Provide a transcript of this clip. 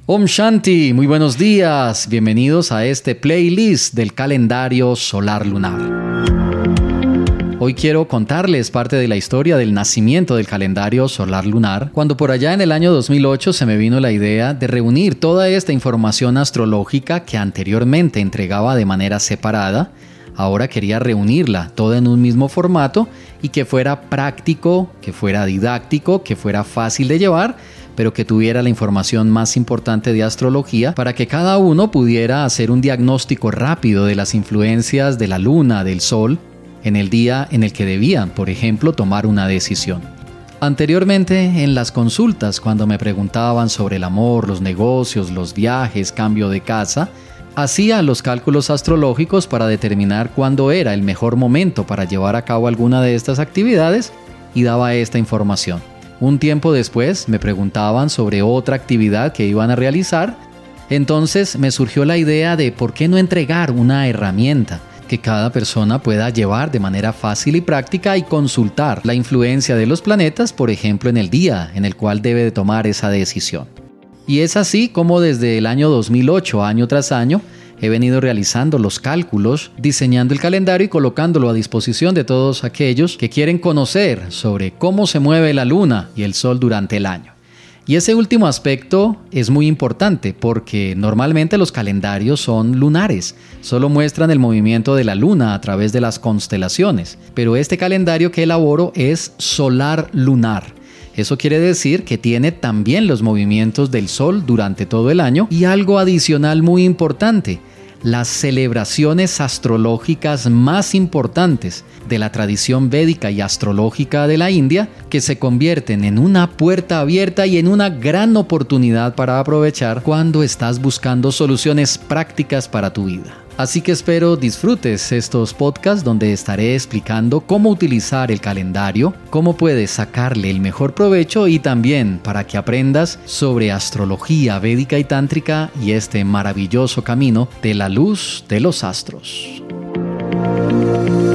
Om Shanti, muy buenos días. Bienvenidos a este playlist del calendario solar lunar. Hoy quiero contarles parte de la historia del nacimiento del calendario solar lunar, cuando por allá en el año 2008 se me vino la idea de reunir toda esta información astrológica que anteriormente entregaba de manera separada. Ahora quería reunirla toda en un mismo formato y que fuera práctico, que fuera didáctico, que fuera fácil de llevar, pero que tuviera la información más importante de astrología para que cada uno pudiera hacer un diagnóstico rápido de las influencias de la luna, del sol, en el día en el que debían, por ejemplo, tomar una decisión. Anteriormente, en las consultas, cuando me preguntaban sobre el amor, los negocios, los viajes, cambio de casa, hacía los cálculos astrológicos para determinar cuándo era el mejor momento para llevar a cabo alguna de estas actividades y daba esta información. Un tiempo después me preguntaban sobre otra actividad que iban a realizar, entonces me surgió la idea de por qué no entregar una herramienta que cada persona pueda llevar de manera fácil y práctica y consultar la influencia de los planetas, por ejemplo, en el día en el cual debe de tomar esa decisión. Y es así como desde el año 2008, año tras año, he venido realizando los cálculos, diseñando el calendario y colocándolo a disposición de todos aquellos que quieren conocer sobre cómo se mueve la luna y el sol durante el año. Y ese último aspecto es muy importante porque normalmente los calendarios son lunares, solo muestran el movimiento de la luna a través de las constelaciones, pero este calendario que elaboro es solar lunar. Eso quiere decir que tiene también los movimientos del sol durante todo el año y algo adicional muy importante, las celebraciones astrológicas más importantes de la tradición védica y astrológica de la India, que se convierten en una puerta abierta y en una gran oportunidad para aprovechar cuando estás buscando soluciones prácticas para tu vida. Así que espero disfrutes estos podcasts donde estaré explicando cómo utilizar el calendario, cómo puedes sacarle el mejor provecho y también para que aprendas sobre astrología védica y tántrica y este maravilloso camino de la luz de los astros.